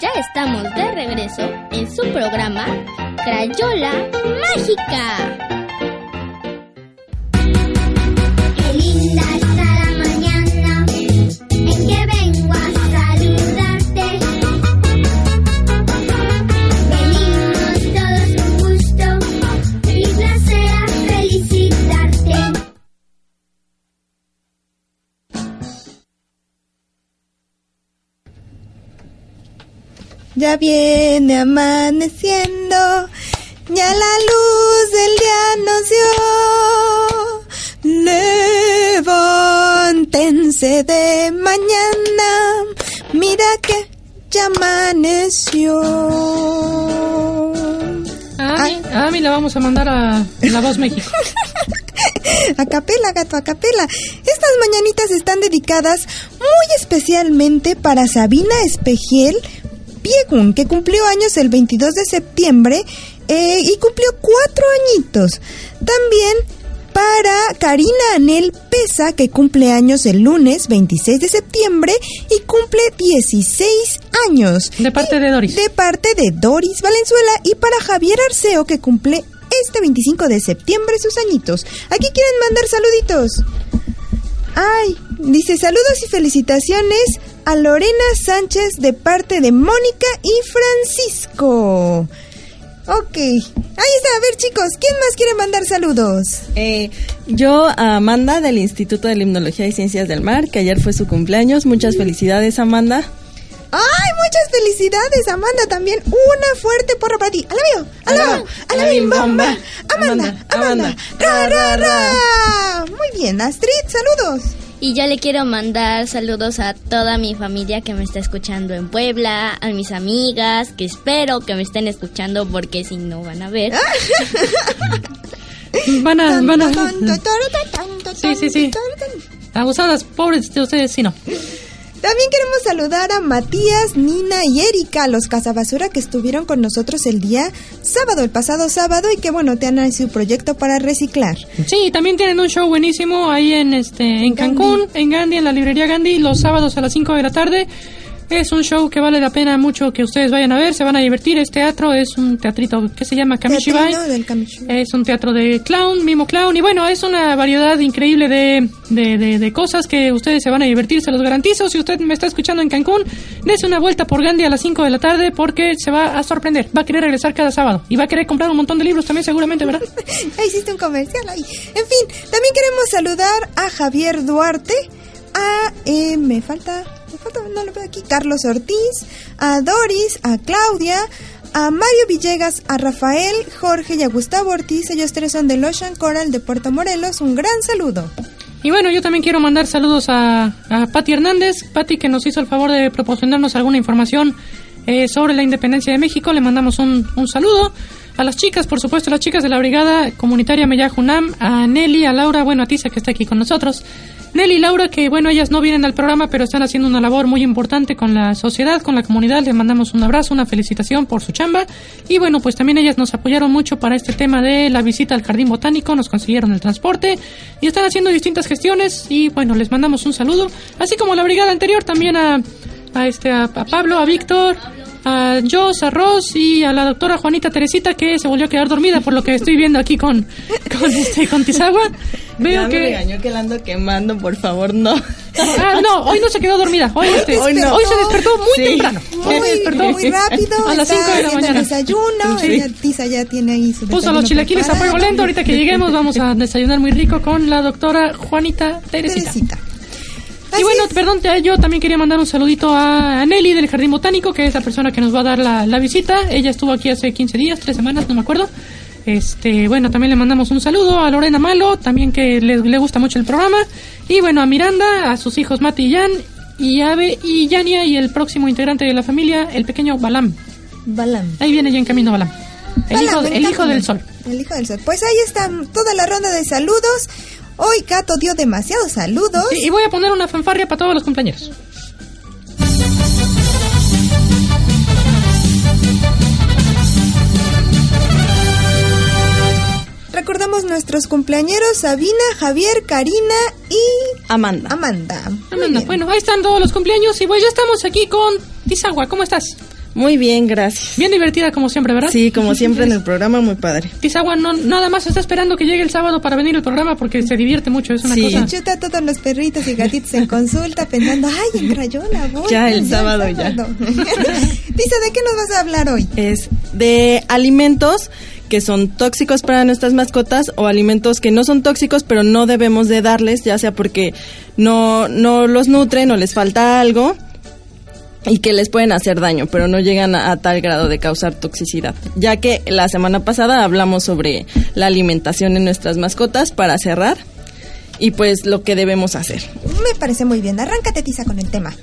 ya estamos de regreso en su programa Crayola Mágica. Qué linda está la mañana en que vengo a saludarte. Venimos todos con gusto y placer a felicitarte. Ya viene amaneciendo, ya la luz del día nos dio. Levántense de mañana, mira que ya amaneció. A mí la vamos a mandar a La Voz México. A capela, gato, a capela. Estas mañanitas están dedicadas muy especialmente para Sabina Espejiel Piegun, que cumplió años el 22 de septiembre y cumplió 4 añitos. También para Karina Anel Pesa, que cumple años el lunes 26 de septiembre y cumple 16 años. De parte de Doris. De parte de Doris Valenzuela. Y para Javier Arceo, que cumple este 25 de septiembre sus añitos. Aquí quieren mandar saluditos. Ay, dice saludos y felicitaciones a Lorena Sánchez de parte de Mónica y Francisco. Ok, ahí está, a ver chicos, ¿quién más quiere mandar saludos? Yo a Amanda del Instituto de Limnología y Ciencias del Mar, que ayer fue su cumpleaños. Muchas felicidades, Amanda. ¡Ay, muchas felicidades, Amanda! También una fuerte porra para ti. ¡A la bim bomba! ¡Amanda! ¡Ra, ra, ra! Muy bien, Astrid, saludos. Y yo le quiero mandar saludos a toda mi familia que me está escuchando en Puebla, a mis amigas, que espero que me estén escuchando porque si no van a ver. Van a... Sí. Abusadas, pobres de ustedes, sí no. También queremos saludar a Matías, Nina y Erika, los cazabasura que estuvieron con nosotros el pasado sábado, y que bueno, te han su proyecto para reciclar. Sí, también tienen un show buenísimo ahí en Cancún, en Gandhi, en la librería Gandhi, los sábados a las 5 de la tarde. Es un show que vale la pena mucho que ustedes vayan a ver, se van a divertir. Es teatro, es un teatrito que se llama Kamishibai. Es un teatro de clown, mimo clown, y bueno, es una variedad increíble de cosas que ustedes se van a divertir, se los garantizo. Si usted me está escuchando en Cancún, dése una vuelta por Gandhi a las 5 de la tarde porque se va a sorprender. Va a querer regresar cada sábado y va a querer comprar un montón de libros también seguramente, ¿verdad? Ahí hiciste un comercial ahí. En fin, también queremos saludar a Javier Duarte, a... no lo veo aquí, Carlos Ortiz, a Doris, a Claudia, a Mario Villegas, a Rafael, Jorge y a Gustavo Ortiz. Ellos tres son del Ocean Coral de Puerto Morelos. Un gran saludo. Y bueno, yo también quiero mandar saludos a Pati Hernández. Pati, que nos hizo el favor de proporcionarnos alguna información sobre la independencia de México. Le mandamos un saludo. A las chicas, por supuesto, las chicas de la Brigada Comunitaria Mellajunam, a Nelly, a Laura, bueno, a Tisa, que está aquí con nosotros. Nelly y Laura, que bueno, ellas no vienen al programa, pero están haciendo una labor muy importante con la sociedad, con la comunidad. Les mandamos un abrazo, una felicitación por su chamba. Y bueno, pues también ellas nos apoyaron mucho para este tema de la visita al Jardín Botánico, nos consiguieron el transporte y están haciendo distintas gestiones. Y bueno, les mandamos un saludo, así como la brigada anterior, también a Pablo, a Víctor, a Jos, a Ros y a la doctora Juanita Teresita, que se volvió a quedar dormida por lo que estoy viendo aquí con Tizagua. Veo que... me regañó que la ando quemando, por favor, no. No, hoy no se quedó dormida. Hoy se despertó muy temprano. Hoy se despertó muy rápido. A las 5 de la mañana. Desayuno. Sí. Tiza ya tiene ahí su desayuno. Puso los chilaquiles a fuego lento. Ahorita que lleguemos vamos a desayunar muy rico con la doctora Juanita Teresita. Y bueno, perdón, yo también quería mandar un saludito a Nelly del Jardín Botánico, que es la persona que nos va a dar la visita. Ella estuvo aquí hace 15 días, 3 semanas, no me acuerdo. Bueno, también le mandamos un saludo a Lorena Malo, también que le gusta mucho el programa. Y bueno, a Miranda, a sus hijos Mati y Jan, y Ave y Yania, y el próximo integrante de la familia, el pequeño Balam. Ahí viene ya en camino Balam. El hijo del sol. El hijo del sol. Pues ahí está toda la ronda de saludos. Hoy Gato dio demasiados saludos. Sí, y voy a poner una fanfarria para todos los cumpleaños. Recordamos nuestros cumpleañeros: Sabina, Javier, Karina y... Amanda. Bueno, ahí están todos los cumpleaños y pues ya estamos aquí con Tizagua. ¿Cómo estás? Muy bien, gracias. Bien divertida como siempre, ¿verdad? Sí, como siempre en el programa, muy padre. Tizagua no, nada más está esperando que llegue el sábado para venir al programa porque se divierte mucho, es una Sí. cosa. Chuta a todos los perritos y gatitos en consulta pensando, ay, en Crayola, voy. Ya, el sábado Tisa, ¿de qué nos vas a hablar hoy? Es de alimentos que son tóxicos para nuestras mascotas o alimentos que no son tóxicos pero no debemos de darles, ya sea porque no los nutren o les falta algo y que les pueden hacer daño, pero no llegan a tal grado de causar toxicidad. Ya que la semana pasada hablamos sobre la alimentación en nuestras mascotas para cerrar y pues lo que debemos hacer. Me parece muy bien. Arráncate, Tisa, con el tema.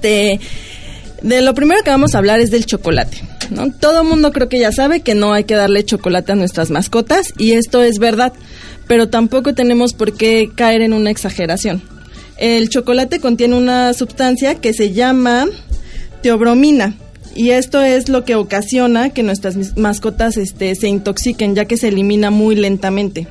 De lo primero que vamos a hablar es del chocolate, ¿no? Todo mundo creo que ya sabe que no hay que darle chocolate a nuestras mascotas y esto es verdad, pero tampoco tenemos por qué caer en una exageración. El chocolate contiene una sustancia que se llama teobromina y esto es lo que ocasiona que nuestras mascotas se intoxiquen, ya que se elimina muy lentamente.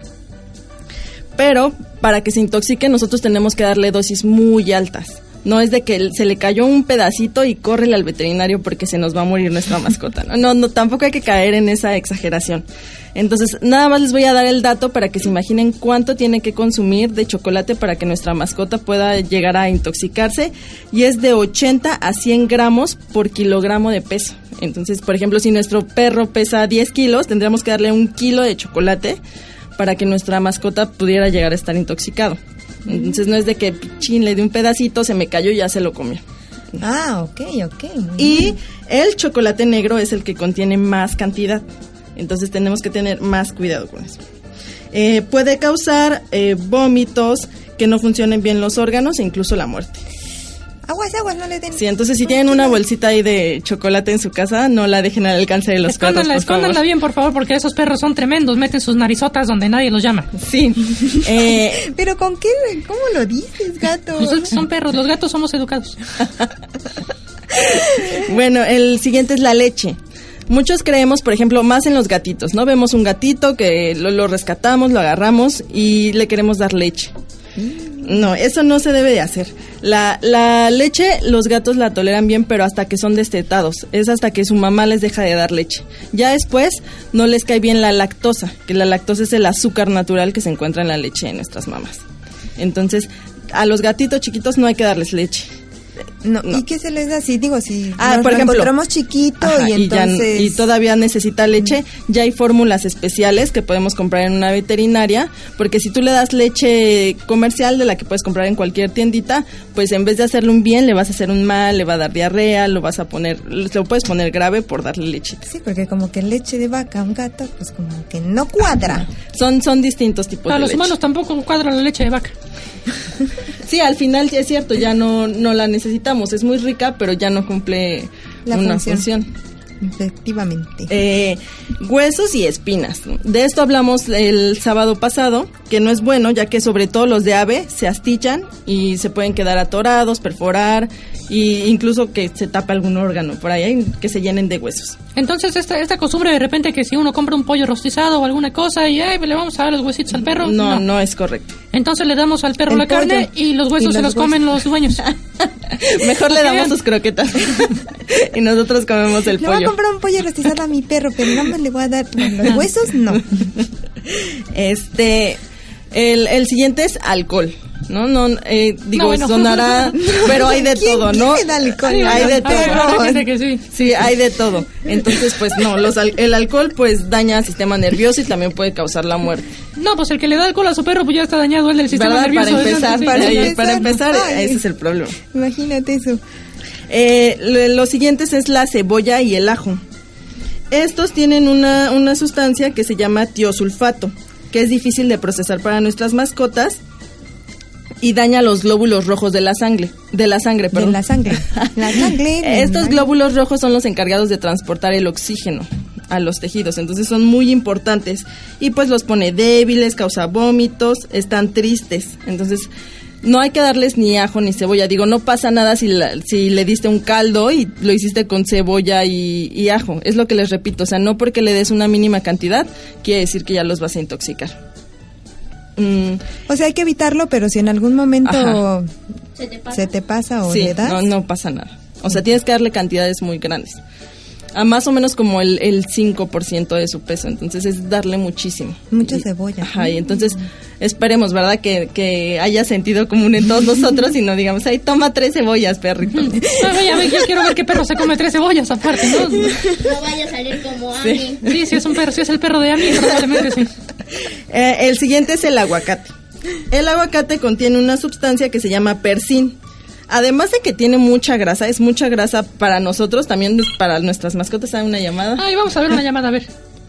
Pero para que se intoxiquen nosotros tenemos que darle dosis muy altas. No es de que se le cayó un pedacito y córrele al veterinario porque se nos va a morir nuestra mascota. No, tampoco hay que caer en esa exageración. Entonces, nada más les voy a dar el dato para que se imaginen cuánto tiene que consumir de chocolate para que nuestra mascota pueda llegar a intoxicarse. Y es de 80 a 100 gramos por kilogramo de peso. Entonces, por ejemplo, si nuestro perro pesa 10 kilos, tendríamos que darle 1 kilo de chocolate para que nuestra mascota pudiera llegar a estar intoxicado. Entonces no es de que pichín le di un pedacito, se me cayó y ya se lo comió. Ah, ok. Y el chocolate negro es el que contiene más cantidad. Entonces tenemos que tener más cuidado con eso. Puede causar vómitos, que no funcionen bien los órganos e incluso la muerte. Aguas, no le den. Sí, entonces si tienen una bolsita ahí de chocolate en su casa, no la dejen al alcance de los perros, por favor. Escóndanla bien, por favor, porque esos perros son tremendos, meten sus narizotas donde nadie los llama. Sí. ¿Pero con qué? ¿Cómo lo dices, gato? Pues son perros, los gatos somos educados. Bueno, el siguiente es la leche. Muchos creemos, por ejemplo, más en los gatitos, ¿no? Vemos un gatito que lo rescatamos, lo agarramos y le queremos dar leche. No, eso no se debe de hacer. La leche, los gatos la toleran bien, pero hasta que son destetados. Es hasta que su mamá les deja de dar leche. Ya después no les cae bien la lactosa, que la lactosa es el azúcar natural que se encuentra en la leche de nuestras mamás. Entonces, a los gatitos chiquitos no hay que darles leche. No. ¿Y qué se les da? Si por lo ejemplo, encontramos chiquito y entonces... y todavía necesita leche, ya hay fórmulas especiales que podemos comprar en una veterinaria, porque si tú le das leche comercial de la que puedes comprar en cualquier tiendita, pues en vez de hacerle un bien, le vas a hacer un mal, le va a dar diarrea, lo puedes poner grave por darle lechita. Sí, porque como que leche de vaca a un gato, pues como que no cuadra. Son distintos tipos de leche. A los humanos tampoco cuadra la leche de vaca. Sí, al final es cierto, ya no la necesitamos, es muy rica, pero ya no cumple una función. Efectivamente. Huesos y espinas, ¿no? De esto hablamos el sábado pasado, que no es bueno, ya que sobre todo los de ave se astichan y se pueden quedar atorados, perforar e incluso que se tape algún órgano por ahí, que se llenen de huesos. Entonces esta costumbre de repente que si uno compra un pollo rostizado o alguna cosa y le vamos a dar los huesitos al perro. No es correcto. Entonces le damos al perro la carne y los huesos se los comen los dueños. Mejor le damos sus croquetas y nosotros comemos el pollo. Le voy a comprar un pollo rostizado a mi perro, pero nada más le voy a dar los huesos, no. El siguiente es alcohol. Sonará, pero hay de todo, ¿no? Hay de todo. Sí, hay de todo. Entonces, pues no, el alcohol pues daña el sistema nervioso y también puede causar la muerte. No, pues el que le da alcohol a su perro pues ya está dañado el del sistema nervioso. Para empezar, ese es el problema. Imagínate eso. Los siguientes es la cebolla y el ajo. Estos tienen una sustancia que se llama tiosulfato, que es difícil de procesar para nuestras mascotas y daña los glóbulos rojos de la sangre. Estos glóbulos rojos son los encargados de transportar el oxígeno a los tejidos, entonces son muy importantes y pues los pone débiles, causa vómitos, están tristes. Entonces no hay que darles ni ajo ni cebolla. No pasa nada si le diste un caldo y lo hiciste con cebolla y ajo. Es lo que les repito, o sea, no porque le des una mínima cantidad quiere decir que ya los vas a intoxicar. O sea, hay que evitarlo, pero si en algún momento se te pasa o sí, le das... no pasa nada. O sea, tienes que darle cantidades muy grandes. a más o menos como el 5% de su peso, entonces es darle muchísimo. Mucha cebolla. Ajá, y entonces esperemos, ¿verdad? Que haya sentido común en todos nosotros y no digamos, ay, toma 3 cebollas, perrito. Vaya, yo quiero ver qué perro se come 3 cebollas aparte, ¿no? No vaya a salir como Ami. Sí, es un perro, sí es el perro de Ami, probablemente sí. El siguiente es el aguacate. El aguacate contiene una sustancia que se llama persin. Además de que tiene mucha grasa, es mucha grasa para nosotros, también para nuestras mascotas. Hay una llamada. Ay, vamos a ver una llamada, a ver.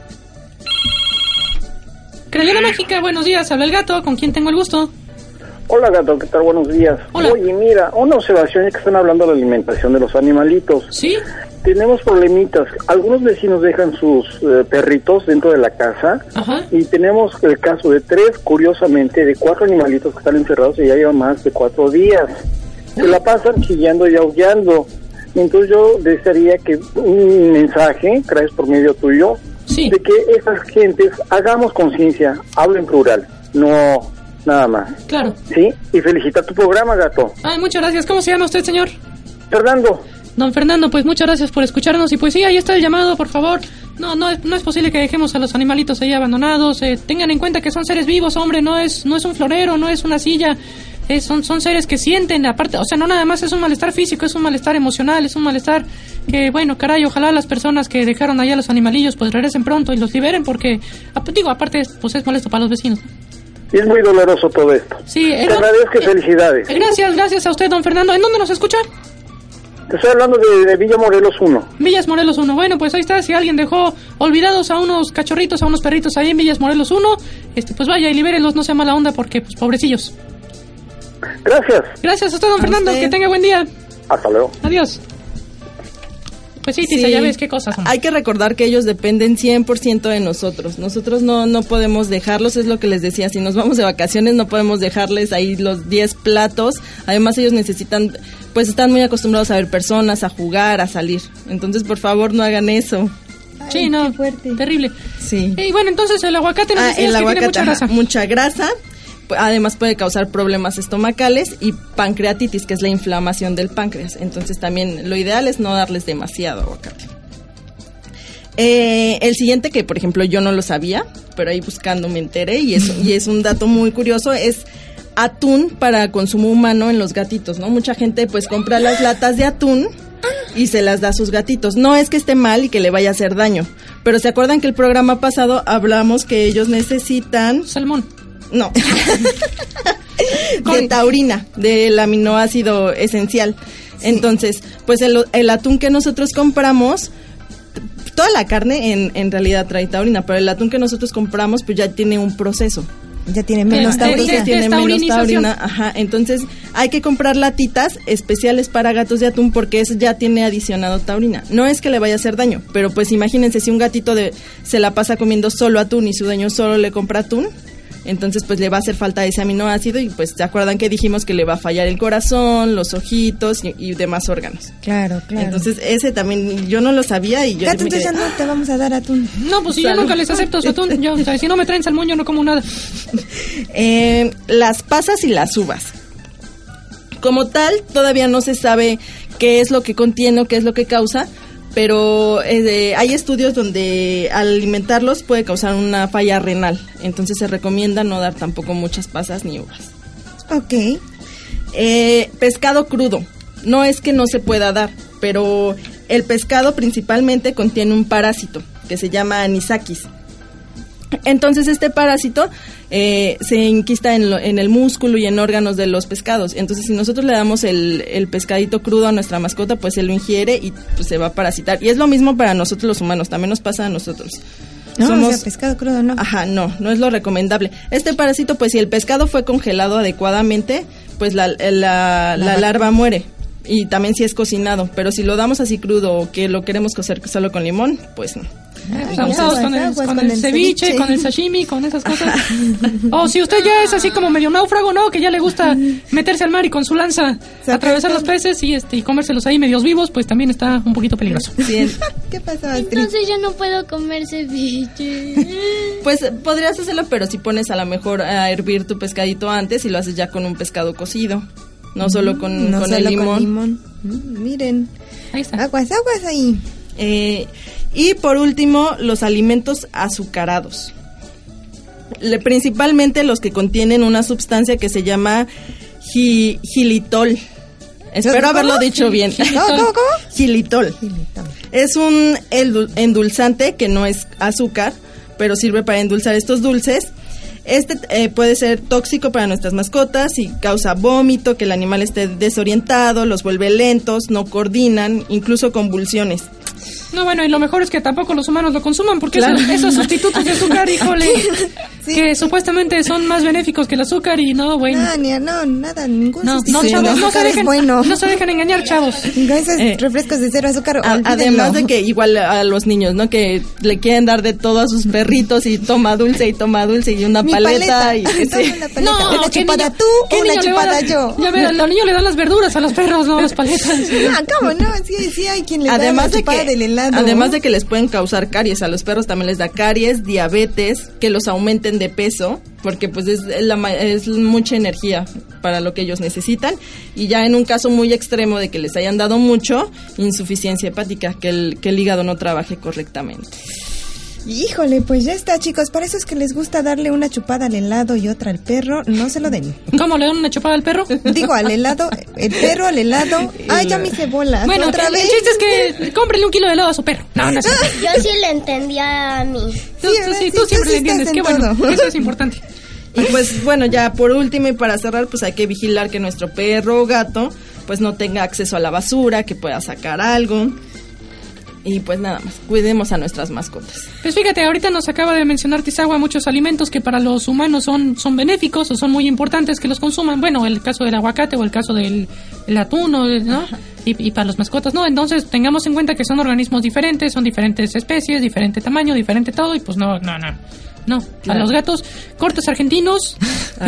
Crayona Mágica, buenos días, habla el gato, ¿con quién tengo el gusto? Hola gato, ¿qué tal? Buenos días. Hola. Oye, mira, una observación, ya que están hablando de la alimentación de los animalitos. ¿Sí? Tenemos problemitas. Algunos vecinos dejan sus perritos dentro de la casa. Ajá. Y tenemos el caso de 3, curiosamente, de 4 animalitos que están encerrados y ya llevan más de 4 días. Se la pasan chillando y aullando. Entonces yo desearía que un mensaje, gracias por medio tuyo, Sí. de que esas gentes hagamos conciencia, hablo en plural, no nada más. Claro. ¿Sí? Y felicita tu programa, gato. Ay, muchas gracias. ¿Cómo se llama usted, señor? Fernando. Don Fernando, pues muchas gracias por escucharnos y pues sí, ahí está el llamado, por favor. No es posible que dejemos a los animalitos ahí abandonados. Tengan en cuenta que son seres vivos, hombre, no es un florero, no es una silla. Son seres que sienten, aparte, o sea, no nada más es un malestar físico, es un malestar emocional, es un malestar que, bueno, caray, ojalá las personas que dejaron allá a los animalillos pues regresen pronto y los liberen porque, aparte, pues es molesto para los vecinos. Y es muy doloroso todo esto. Sí, Te agradezco y felicidades. Gracias a usted, don Fernando. ¿En dónde nos escucha? Te estoy hablando de Villa Morelos 1. Villas Morelos 1. Bueno, pues ahí está. Si alguien dejó olvidados a unos cachorritos, a unos perritos ahí en Villas Morelos 1, pues vaya y libérenlos, no sea mala onda porque, pues, pobrecillos. Gracias. Gracias a usted, don Fernando. Que tenga buen día. Hasta luego. Adiós. Pues sí, Tisa, ya ves qué cosas son. Hay que recordar que ellos dependen 100% de nosotros. Nosotros no podemos dejarlos, es lo que les decía. Si nos vamos de vacaciones no podemos dejarles ahí los 10 platos. Además ellos necesitan, pues están muy acostumbrados a ver personas, a jugar, a salir. Entonces, por favor, no hagan eso. Sí, no, terrible. Sí. Y bueno, entonces el aguacate nos decías que tiene mucha grasa. Mucha grasa. Además puede causar problemas estomacales y pancreatitis, que es la inflamación del páncreas. Entonces también lo ideal es no darles demasiado aguacate. El siguiente, que por ejemplo yo no lo sabía, pero ahí buscando me enteré y es un dato muy curioso, es atún para consumo humano en los gatitos, ¿no? Mucha gente pues compra las latas de atún y se las da a sus gatitos. No es que esté mal y que le vaya a hacer daño, pero ¿se acuerdan que el programa pasado hablamos que ellos necesitan... Salmón. No. De taurina, del aminoácido esencial. Sí. Entonces, pues el atún que nosotros compramos, toda la carne en realidad trae taurina, pero el atún que nosotros compramos pues ya tiene un proceso. Ya tiene menos taurina. Tiene menos taurina, ajá. Entonces hay que comprar latitas especiales para gatos de atún porque eso ya tiene adicionado taurina. No es que le vaya a hacer daño, pero pues imagínense si un gatito se la pasa comiendo solo atún y su dueño solo le compra atún. Entonces pues le va a hacer falta ese aminoácido y pues ¿se acuerdan que dijimos que le va a fallar el corazón, los ojitos y demás órganos? Claro. Entonces ese también yo no lo sabía y yo... Gato, entonces ya no te vamos a dar atún. No, pues si yo nunca les acepto su atún. Yo, o sea, si no me traen salmón yo no como nada. Las pasas y las uvas. Como tal, todavía no se sabe qué es lo que contiene o qué es lo que causa, pero hay estudios donde al alimentarlos puede causar una falla renal, entonces se recomienda no dar tampoco muchas pasas ni uvas. Ok. Pescado crudo, no es que no se pueda dar, pero el pescado principalmente contiene un parásito que se llama anisakis. Entonces este parásito se inquista en el músculo y en órganos de los pescados. Entonces si nosotros le damos el pescadito crudo a nuestra mascota, pues él lo ingiere y pues se va a parasitar. Y es lo mismo para nosotros los humanos, también nos pasa a nosotros. No, o sea, pescado crudo no. Ajá, no es lo recomendable. Este parásito, pues si el pescado fue congelado adecuadamente, pues la larva muere. Y también si es cocinado, pero si lo damos así crudo o que lo queremos cocer solo con limón, pues no. Abusados con el ceviche, con el sashimi, con esas cosas. O si usted ya es así como medio náufrago, ¿no? Que ya le gusta meterse al mar y con su lanza atravesar los peces y comérselos ahí medios vivos, pues también está un poquito peligroso. Bien. ¿Qué pasó, Astrid? Entonces yo no puedo comer ceviche. Pues podrías hacerlo, pero si pones a lo mejor a hervir tu pescadito antes y lo haces ya con un pescado cocido. No solo con el limón. Miren. Ahí está. Aguas ahí. Y por último, los alimentos azucarados. Principalmente los que contienen una sustancia que se llama xilitol. Espero haberlo dicho bien. ¿Cómo? Xilitol. Es un endulzante que no es azúcar, pero sirve para endulzar estos dulces. Puede ser tóxico para nuestras mascotas y causa vómito, que el animal esté desorientado, los vuelve lentos, no coordinan, incluso convulsiones. No, bueno, y lo mejor es que tampoco los humanos lo consuman, porque esos sustitutos de azúcar, híjole, que supuestamente son más benéficos que el azúcar y no, bueno. Nada, ningún sustituto. Chavos, no se dejan engañar, chavos. Esos refrescos de cero azúcar, además de que igual a los niños, ¿no? Que le quieren dar de todo a sus perritos y toma dulce y una paleta. Y no, una chupada tú o una chupada yo. Ya ves, los niños le dan las verduras a los perros, no las paletas. ¿Cómo no? Sí hay quien le da la chupada del helado. Además de que les pueden causar caries, a los perros también les da caries, diabetes, que los aumenten de peso, porque pues es mucha energía para lo que ellos necesitan, y ya en un caso muy extremo de que les hayan dado mucho, insuficiencia hepática, que el hígado no trabaje correctamente. Híjole, pues ya está, chicos. Para eso es que les gusta darle una chupada al helado y otra al perro. No se lo den. ¿Cómo le dan una chupada al perro? Digo, al helado, el perro al helado. Ay, ya me hice bolas. Bueno, otra vez. El chiste es que cómprenle 1 kilo de helado a su perro. No. Yo sí le entendía a mí. Tú siempre le entiendes. Qué bueno, eso es importante. Y pues bueno, ya por último y para cerrar, pues hay que vigilar que nuestro perro o gato pues no tenga acceso a la basura, que pueda sacar algo. Y pues nada más, cuidemos a nuestras mascotas. Pues fíjate, ahorita nos acaba de mencionar Tizagua muchos alimentos que para los humanos son benéficos o son muy importantes que los consuman. Bueno, el caso del aguacate o el caso del atún, ¿no? Y para los mascotas, ¿no? Entonces tengamos en cuenta que son organismos diferentes, son diferentes especies, diferente tamaño, diferente todo, y pues no. Claro. A los gatos, cortes argentinos.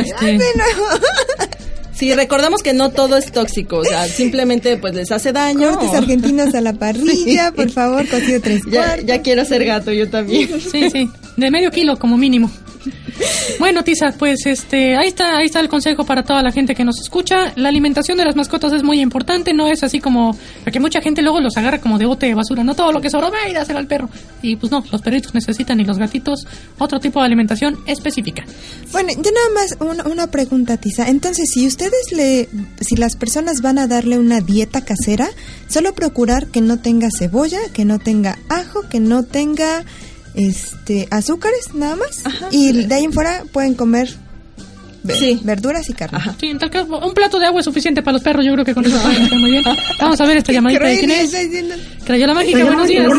Sí, recordamos que no todo es tóxico, o sea, simplemente pues les hace daño. Cortes argentinos a la parrilla, por favor, cocido 3/4. Ya quiero ser gato, yo también. Sí, de medio kilo como mínimo. Bueno, Tiza, pues ahí está el consejo para toda la gente que nos escucha. La alimentación de las mascotas es muy importante, no es así como, porque mucha gente luego los agarra como de bote de basura, no todo lo que sobró, va a ir a hacer al perro. Y pues no, los perritos necesitan y los gatitos otro tipo de alimentación específica. Bueno, yo nada más una pregunta, Tiza. Entonces, si las personas van a darle una dieta casera, solo procurar que no tenga cebolla, que no tenga ajo, que no tenga azúcares, nada más. Ajá. Y de ahí en fuera pueden comer verduras y carne. Ajá. Sí, en tal caso, un plato de agua es suficiente para los perros. Yo creo que con eso pueden estar muy bien. Vamos a ver esta llamadita de quién es. Crayola Mágica, buenos días.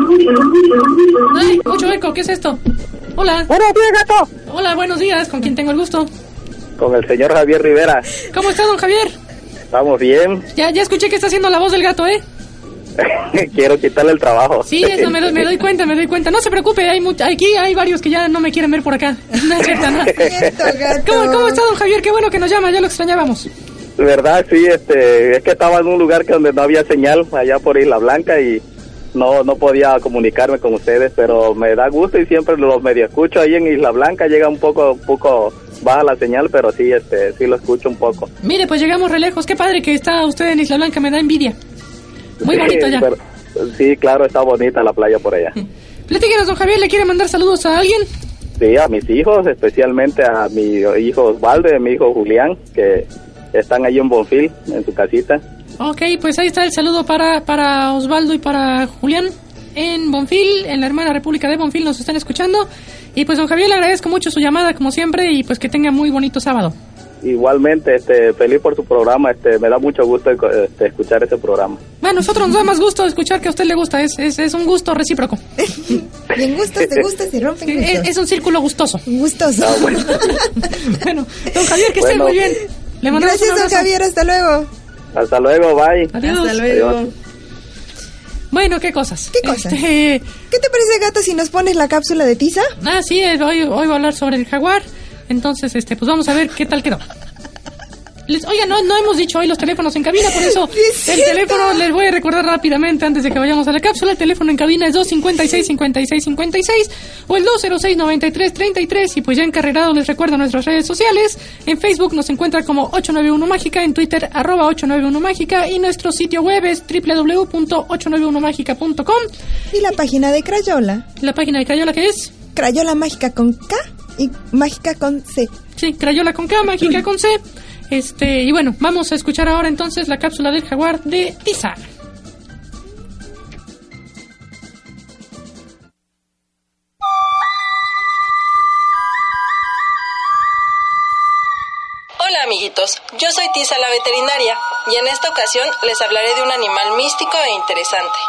Ay, mucho eco, ¿qué es esto? Hola. Buenos días, gato. Hola, buenos días. ¿Con quién tengo el gusto? Con el señor Javier Rivera. ¿Cómo está, don Javier? Estamos bien. Ya escuché que está haciendo la voz del gato, ¿eh? Quiero quitarle el trabajo. Sí, eso me doy cuenta. No se preocupe, aquí hay varios que ya no me quieren ver por acá. No es cierto, ¿no? ¿Cómo está, don Javier? Qué bueno que nos llama, ya lo extrañábamos. ¿Verdad? Sí, es que estaba en un lugar donde no había señal, allá por Isla Blanca, y no podía comunicarme con ustedes, pero me da gusto y siempre los medio escucho. Ahí en Isla Blanca llega un poco baja la señal, pero sí lo escucho un poco. Mire, pues llegamos re lejos. Qué padre que está usted en Isla Blanca, me da envidia. Muy bonito ya. Sí, claro, está bonita la playa por allá. Platíquenos, don Javier, ¿le quiere mandar saludos a alguien? Sí, a mis hijos, especialmente a mi hijo Osvaldo y a mi hijo Julián, que están ahí en Bonfil, en su casita. Ok, pues ahí está el saludo para Osvaldo y para Julián en Bonfil, en la hermana República de Bonfil, nos están escuchando. Y pues, don Javier, le agradezco mucho su llamada, como siempre, y pues que tenga muy bonito sábado. Igualmente, feliz por su programa, me da mucho gusto escuchar ese programa. Bueno, nosotros nos da más gusto escuchar que a usted le gusta, es un gusto recíproco. Y en gustos se gusta, se rompen gustos. Es un círculo gustoso. Gustoso. Bueno. Bueno, don Javier, que esté muy bien. Le mandamos gracias, don Javier, hasta luego. Hasta luego, bye. Adiós. Hasta luego. Adiós. Bueno, ¿qué cosas? ¿Qué te parece, gato, si nos pones la cápsula de Tiza? Sí, hoy voy a hablar sobre el jaguar. Entonces, pues vamos a ver qué tal quedó. No hemos dicho hoy los teléfonos en cabina, por eso el teléfono les voy a recordar rápidamente antes de que vayamos a la cápsula. El teléfono en cabina es 256-5656 o el 206-9333. Y pues ya encarregado les recuerdo nuestras redes sociales. En Facebook nos encuentra como 891mágica, en Twitter @891mágica y nuestro sitio web es www.891mágica.com. Y la página de Crayola. ¿La página de Crayola qué es? Crayola Mágica con K y Mágica con C. Sí, Crayola con K, Mágica con C. Y bueno, vamos a escuchar ahora entonces la cápsula del jaguar de Tisa. Hola amiguitos, yo soy Tisa la veterinaria y en esta ocasión les hablaré de un animal místico e interesante.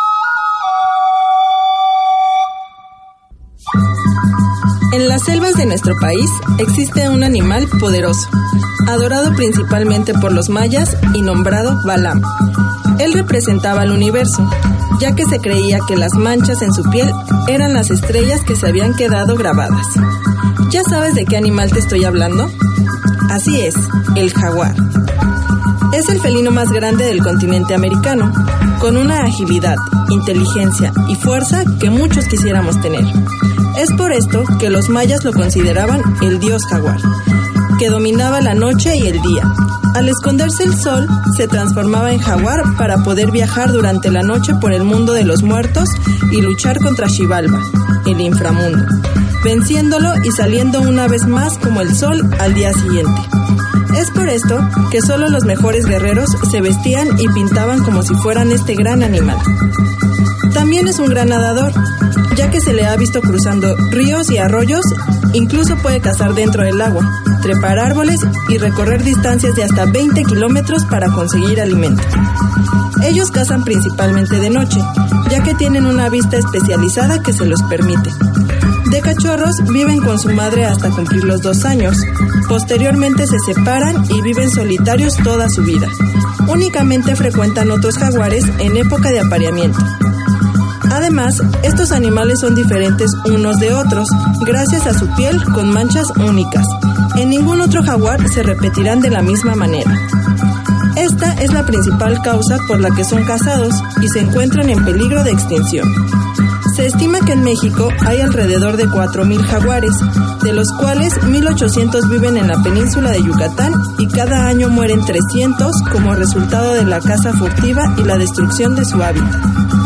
En las selvas de nuestro país existe un animal poderoso, adorado principalmente por los mayas y nombrado Balam. Él representaba al universo, ya que se creía que las manchas en su piel eran las estrellas que se habían quedado grabadas. ¿Ya sabes de qué animal te estoy hablando? Así es, el jaguar. Es el felino más grande del continente americano, con una agilidad, inteligencia y fuerza que muchos quisiéramos tener. Es por esto que los mayas lo consideraban el dios jaguar, que dominaba la noche y el día. Al esconderse el sol, se transformaba en jaguar para poder viajar durante la noche por el mundo de los muertos y luchar contra Xibalba, el inframundo, venciéndolo y saliendo una vez más como el sol al día siguiente. Es por esto que solo los mejores guerreros se vestían y pintaban como si fueran este gran animal. También es un gran nadador, ya que se le ha visto cruzando ríos y arroyos, incluso puede cazar dentro del agua, trepar árboles y recorrer distancias de hasta 20 kilómetros para conseguir alimento. Ellos cazan principalmente de noche, ya que tienen una vista especializada que se los permite. De cachorros viven con su madre hasta cumplir los 2 años. Posteriormente se separan y viven solitarios toda su vida. Únicamente frecuentan otros jaguares en época de apareamiento. Además, estos animales son diferentes unos de otros, gracias a su piel con manchas únicas. En ningún otro jaguar se repetirán de la misma manera. Esta es la principal causa por la que son cazados y se encuentran en peligro de extinción. Se estima que en México hay alrededor de 4,000 jaguares, de los cuales 1,800 viven en la península de Yucatán y cada año mueren 300 como resultado de la caza furtiva y la destrucción de su hábitat.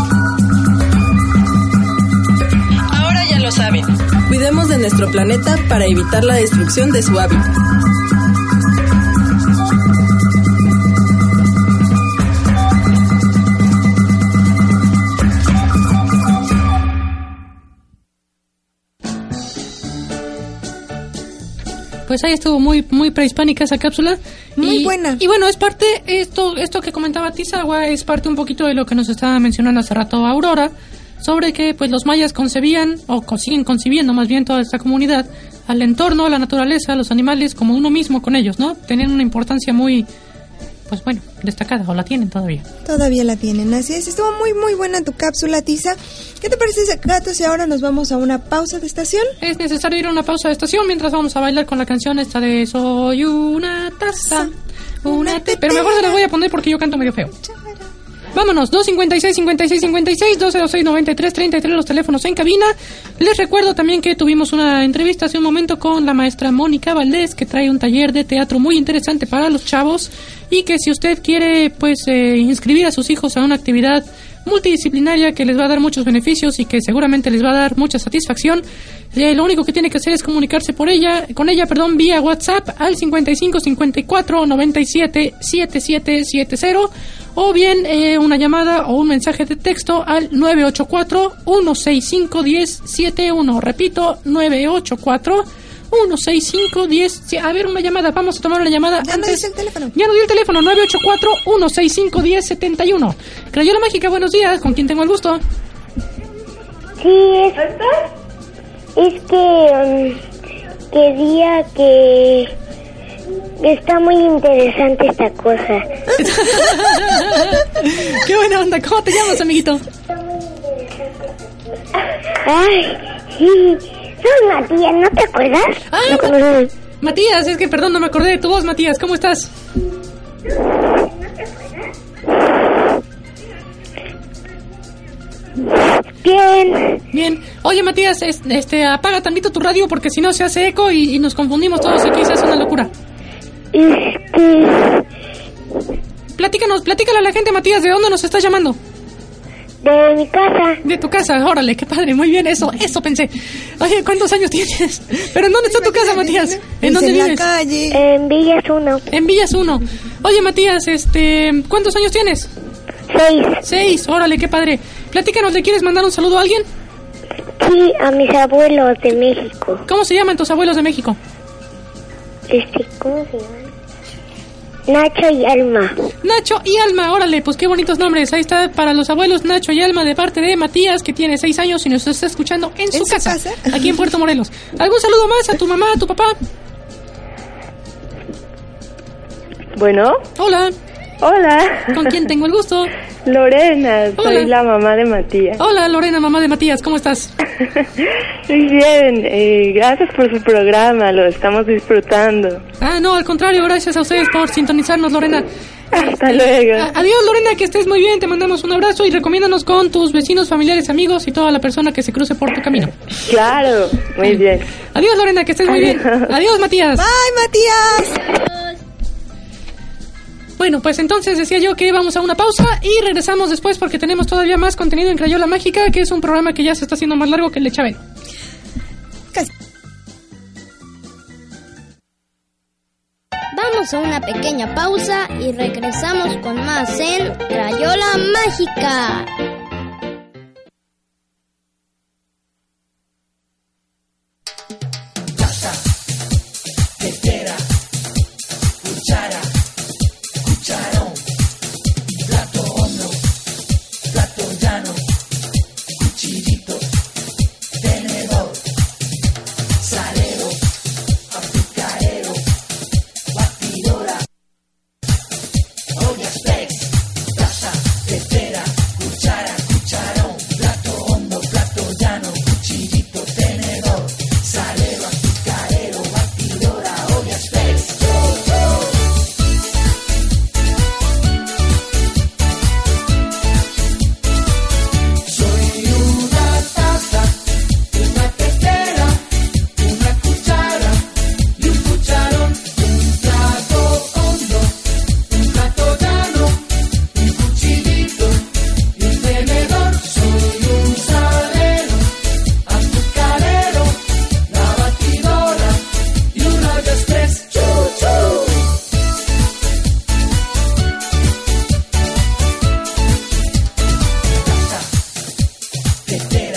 Ahora ya lo saben, cuidemos de nuestro planeta para evitar la destrucción de su hábitat. Pues ahí estuvo muy prehispánica esa cápsula. Muy buena. Y bueno, es parte, esto que comentaba Tizagua, es parte un poquito de lo que nos estaba mencionando hace rato Aurora, sobre que pues los mayas concebían, o siguen concibiendo más bien toda esta comunidad, al entorno, a la naturaleza, a los animales, como uno mismo con ellos, ¿no? Tenían una importancia muy, pues bueno, destacada, o la tienen todavía. Todavía la tienen, así es. Estuvo muy buena tu cápsula, Tiza. ¿Qué te parece, Gato, si ahora nos vamos a una pausa de estación? Es necesario ir a una pausa de estación mientras vamos a bailar con la canción esta de Soy una taza, una taza. Pero mejor se la voy a poner porque yo canto medio feo. Vámonos, 256-5656, 206-9333, los teléfonos en cabina. Les recuerdo también que tuvimos una entrevista hace un momento con la maestra Mónica Valdés, que trae un taller de teatro muy interesante para los chavos, y que si usted quiere pues inscribir a sus hijos a una actividad multidisciplinaria que les va a dar muchos beneficios y que seguramente les va a dar mucha satisfacción, lo único que tiene que hacer es comunicarse con ella, vía WhatsApp al 5554977770, o bien una llamada o un mensaje de texto al 984-165-1071. Repito, 984-165-10. A ver, una llamada, vamos a tomar una llamada. Ya no dice el teléfono. Ya no dio el teléfono, 984-165-1071. Crayola Mágica, buenos días, ¿con quién tengo el gusto? Sí, es que quería que... Está muy interesante esta cosa. Qué buena onda. ¿Cómo te llamas, amiguito? Ay, sí. Soy Matías, ¿no te acuerdas? Ah, Matías, es que perdón, no me acordé de tu voz, Matías. ¿Cómo estás? Bien. Bien. Oye, Matías, apaga tantito tu radio porque si no se hace eco y nos confundimos todos aquí, se hace una locura. Platícale a la gente, Matías, ¿de dónde nos estás llamando? De mi casa. De tu casa, órale, qué padre, muy bien, eso pensé. Oye, ¿cuántos años tienes? ¿Pero en dónde está tu casa, Matías? ¿En dónde vives? En la calle. En Villas 1. En Villas 1. Oye, Matías, ¿cuántos años tienes? 6, órale, qué padre. Platícanos, ¿le quieres mandar un saludo a alguien? Sí, a mis abuelos de México. ¿Cómo se llaman tus abuelos de México? ¿Cómo se llaman? Nacho y Alma. Nacho y Alma, órale, pues qué bonitos nombres. Ahí está para los abuelos Nacho y Alma de parte de Matías, que tiene 6 años y nos está escuchando en su casa, aquí en Puerto Morelos. ¿Algún saludo más a tu mamá, a tu papá? Bueno. Hola. Hola. ¿Con quién tengo el gusto? Lorena, Hola. soy la mamá de Matías. Hola, Lorena, mamá de Matías, ¿cómo estás? Muy bien, gracias por su programa, lo estamos disfrutando. Ah, no, al contrario, gracias a ustedes por sintonizarnos, Lorena. Hasta luego. Adiós, Lorena, que estés muy bien, te mandamos un abrazo y recomiéndanos con tus vecinos, familiares, amigos y toda la persona que se cruce por tu camino. Claro, muy bien. Adiós, Lorena, que estés muy bien. Adiós, Matías. Bye, Matías. Bueno, pues entonces decía yo que vamos a una pausa y regresamos después porque tenemos todavía más contenido en Crayola Mágica, que es un programa que ya se está haciendo más largo que el de Chabelo. Casi. Vamos a una pequeña pausa y regresamos con más en Crayola Mágica. tetera.